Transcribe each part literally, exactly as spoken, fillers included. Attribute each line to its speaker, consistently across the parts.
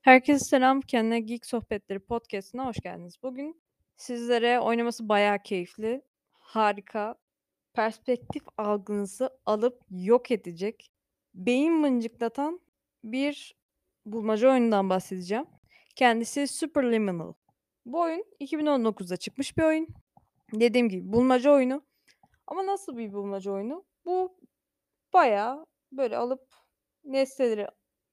Speaker 1: Herkese selam. Kendine Geek Sohbetleri podcast'ine hoş geldiniz. Bugün sizlere oynaması bayağı keyifli, harika, perspektif algınızı alıp yok edecek, beyin mıncıklatan bir bulmaca oyunundan bahsedeceğim. Kendisi Superliminal. Bu oyun iki bin on dokuzda çıkmış bir oyun. Dediğim gibi bulmaca oyunu. Ama nasıl bir bulmaca oyunu? Bu bayağı böyle alıp nesneleri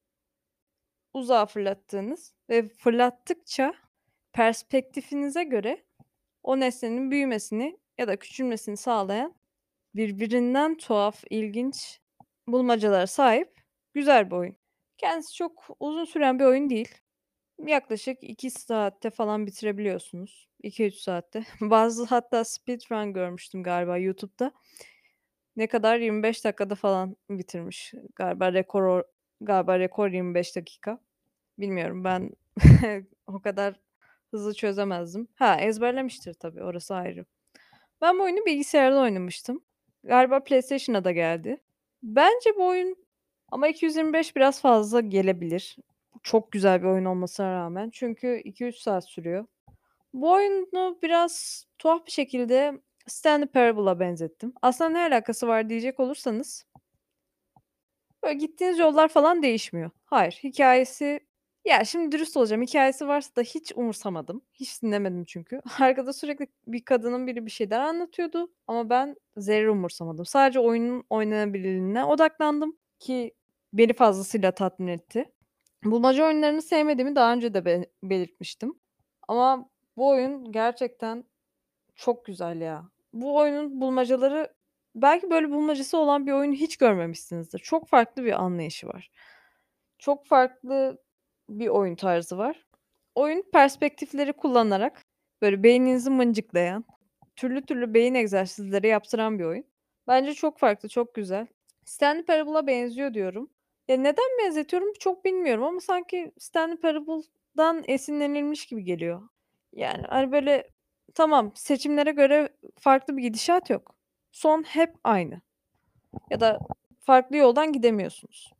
Speaker 1: uzağa fırlattığınız ve fırlattıkça perspektifinize göre o nesnenin büyümesini ya da küçülmesini sağlayan birbirinden tuhaf, ilginç bulmacalara sahip güzel bir oyun. Kendisi çok uzun süren bir oyun değil. Yaklaşık iki saatte falan bitirebiliyorsunuz. iki üç saatte. Bazı hatta speedrun görmüştüm galiba YouTube'da. Ne kadar? yirmi beş dakikada falan bitirmiş. Galiba rekor o galiba rekor yirmi beş dakika. Bilmiyorum ben o kadar hızlı çözemezdim. Ha, ezberlemiştir tabii, orası ayrı. Ben bu oyunu bilgisayarda oynamıştım. Galiba PlayStation'a da geldi. Bence bu oyun ama iki yüz yirmi beş biraz fazla gelebilir. Çok güzel bir oyun olmasına rağmen. Çünkü iki üç saat sürüyor. Bu oyunu biraz tuhaf bir şekilde Stanley Parable'a benzettim. Aslında ne alakası var diyecek olursanız böyle gittiğiniz yollar falan değişmiyor. Hayır, hikâyesi ya, şimdi dürüst olacağım, hikâyesi varsa da hiç umursamadım. Hiç dinlemedim çünkü. Arkada sürekli bir kadının biri bir şeyler anlatıyordu ama ben zerre umursamadım. Sadece oyunun oynanabilirliğine odaklandım ki beni fazlasıyla tatmin etti. Bulmaca oyunlarını sevmediğimi daha önce de be belirtmiştim ama bu oyun gerçekten çok güzel ya. Bu oyunun bulmacaları belki böyle bulmacası olan bir oyunu hiç görmemişsinizdir. Çok farklı bir anlayışı var. Çok farklı bir oyun tarzı var. Oyun perspektifleri kullanarak böyle beyninizi mıncıklayan, türlü türlü beyin egzersizleri yaptıran bir oyun. Bence çok farklı, çok güzel. Stanley Parable'a benziyor diyorum. Ya, neden benzetiyorum çok bilmiyorum ama sanki Stanley Parable'dan esinlenilmiş gibi geliyor. Yani, hani, böyle tamam, seçimlere göre farklı bir gidişat yok. Son hep aynı ya da farklı yoldan gidemiyorsunuz.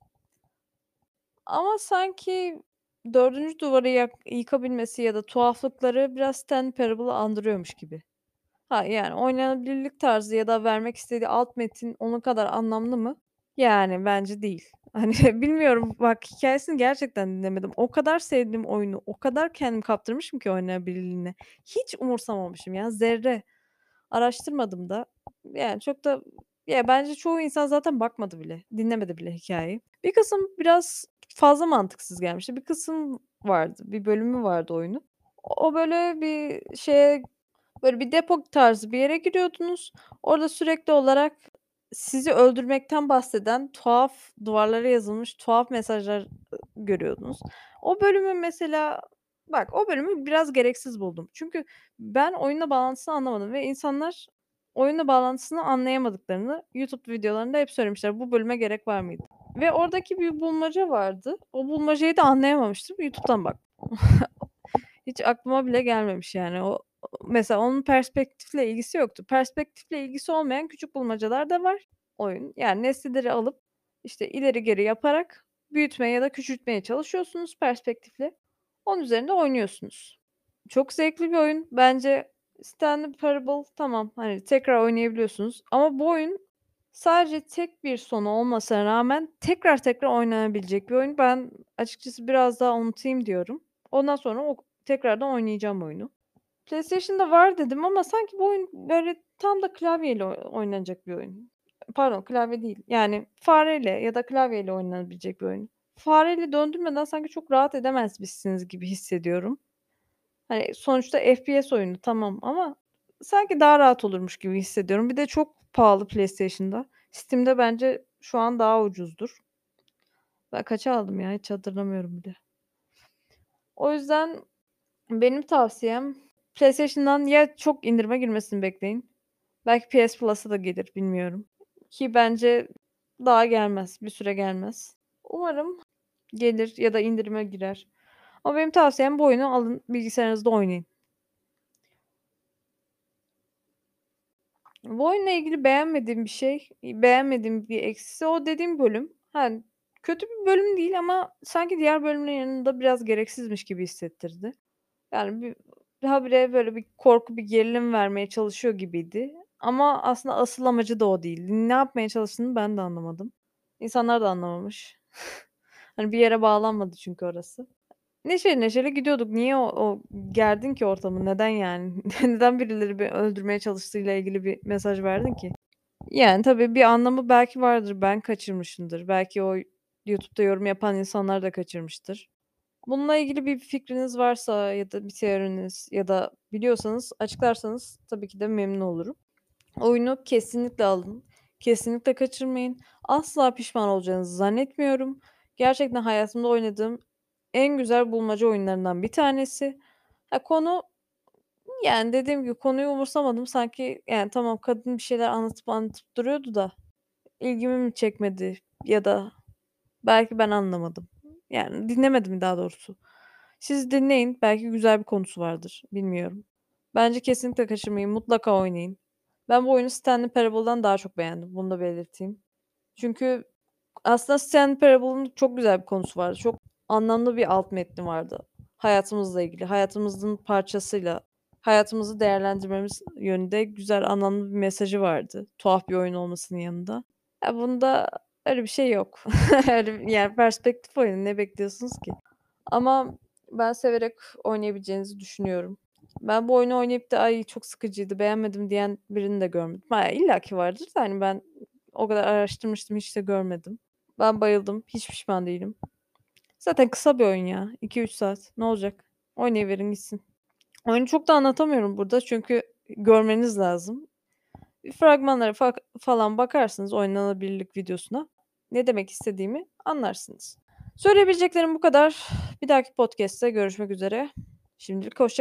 Speaker 1: Ama sanki dördüncü duvarı yak yıkabilmesi ya da tuhaflıkları biraz Stanley Parable'ı andırıyormuş gibi. Ha, yani oynanabilirlik tarzı ya da vermek istediği alt metin onun kadar anlamlı mı? Yani bence değil. Hani, bilmiyorum, bak hikâyesini gerçekten dinlemedim. O kadar sevdim oyunu, o kadar kendimi kaptırmışım ki oynanabilirliğine. Hiç umursamamışım ya, zerre. Araştırmadım da. Yani çok da ya, bence çoğu insan zaten bakmadı bile, dinlemedi bile hikâyeyi. Bir kısım biraz fazla mantıksız gelmişti. Bir kısım vardı, bir bölümü vardı oyunun. O böyle bir şeye, böyle bir depo tarzı bir yere giriyordunuz. Orada sürekli olarak sizi öldürmekten bahseden tuhaf, duvarlara yazılmış tuhaf mesajlar, ııı, görüyordunuz. O bölümü mesela bak, o bölümü biraz gereksiz buldum. Çünkü ben oyunla bağlantısını anlamadım ve insanlar oyunla bağlantısını anlayamadıklarını YouTube videolarında hep söylemişler. Bu bölüme gerek var mıydı? Ve oradaki bir bulmaca vardı. O bulmacayı da anlayamamıştım. YouTube'dan baktım. Hiç aklıma bile gelmemiş yani. O o mesela onun perspektifle ilgisi yoktu. Perspektifle ilgisi olmayan küçük bulmacalar da var oyun. Yani nesneleri alıp, işte, ileri geri yaparak büyütmeye ya da küçültmeye çalışıyorsunuz perspektifle. Onun üzerinde oynuyorsunuz. Çok zevkli bir oyun. Bence Stanley Parable tamam, hani, tekrar oynayabiliyorsunuz ama bu oyun sadece tek bir sonu olmasına rağmen tekrar tekrar oynanabilecek bir oyun. Ben açıkçası biraz daha unutayım diyorum. Ondan sonra o tekrardan oynayacağım oyunu. PlayStation'da var dedim ama sanki bu oyun böyle tam da klavyeyle o oynanacak bir oyun. Pardon, klavye değil, yani fareyle ya da klavyeyle oynanabilecek bir oyun. Fareyle döndürmeden sanki çok rahat edemezmişsiniz gibi hissediyorum. Hani, sonuçta F P S oyunu tamam ama sanki daha rahat olurmuş gibi hissediyorum. Bir de çok pahalı PlayStation'da. Steam'de bence şu an daha ucuzdur. Ben kaça aldım ya hiç hatırlamıyorum bile. O yüzden benim tavsiyem PlayStation'dan ya çok indirime girmesini bekleyin. Belki P S Plus'a da gelir bilmiyorum. Ki bence daha gelmez, bir süre gelmez. Umarım gelir ya da indirime girer. Ama benim tavsiyem bu oyunu alın, bilgisayarınızda oynayın. Bu oyunla ilgili beğenmediğim bir şey, iii, beğenmediğim bir eksisi o dediğim bölüm. Ha, Kötü bir bölüm değil ama sanki diğer bölümlerin yanında biraz gereksizmiş gibi hissettirdi. Yani bir habire böyle bir korku, bir gerilim vermeye çalışıyor gibiydi ama aslında asıl amacı da o değil. Ne yapmaya çalıştığını ben de anlamadım. İnsanlar da anlamamış. Hani bir yere bağlanmadı çünkü orası. Neşeli neşeli gidiyorduk. Niye o o gerdin ki ortamı? Neden yani? Neden birileri beni öldürmeye çalıştığıyla ilgili bir mesaj verdin ki? Yani, tabii bir anlamı belki vardır. Ben kaçırmışımdır. Belki o YouTube'da yorum yapan insanlar da kaçırmıştır. Bununla ilgili bir fikriniz varsa ya da bir teoriniz ya da biliyorsanız açıklarsanız tabii ki de memnun olurum. Oyunu kesinlikle alın. Kesinlikle kaçırmayın. Asla pişman olacağınızı zannetmiyorum. Gerçekten hayatımda oynadığım en güzel bulmaca oyunlarından bir tanesi. Ha, konu, yani, dediğim gibi konuyu umursamadım. Sanki, yani, tamam kadın bir şeyler anlatıp anlatıp duruyordu da ilgimi mi çekmedi ya da belki ben anlamadım. Yani, dinlemedim daha doğrusu. Siz dinleyin, belki güzel bir konusu vardır, bilmiyorum. Bence kesinlikle kaçırmayın, mutlaka oynayın. Ben bu oyunu Stanley Parable'dan daha çok beğendim, bunu da belirteyim. Çünkü aslında Stanley Parable'ın çok güzel bir konusu vardı. Çok anlamlı bir alt metni vardı hayatımızla ilgili. Hayatımızın parçasıyla hayatımızı değerlendirmemiz yönünde güzel, anlamlı bir mesajı vardı, tuhaf bir oyun olmasının yanında. Ya, bunda öyle bir şey yok. Öyle bir yani perspektif oyunu, ne bekliyorsunuz ki? Ama ben severek oynayabileceğinizi düşünüyorum. Ben bu oyunu oynayıp da "Ay, çok sıkıcıydı, beğenmedim." diyen birini de görmedim. Ha, illaki vardır da, hani, ben o kadar araştırmıştım, hiç de görmedim. Ben bayıldım, hiç pişman değilim. Zaten kısa bir oyun ya, iki üç saat. Ne olacak? Oynayıverin gitsin. Oyunu çok da anlatamıyorum burada çünkü görmeniz lazım. Bir fragmanlara fak falan bakarsınız oynanabilirlik videosuna. Ne demek istediğimi anlarsınız. Söyleyebileceklerim bu kadar. Bir dahaki podcast'te görüşmek üzere. Şimdilik hoşça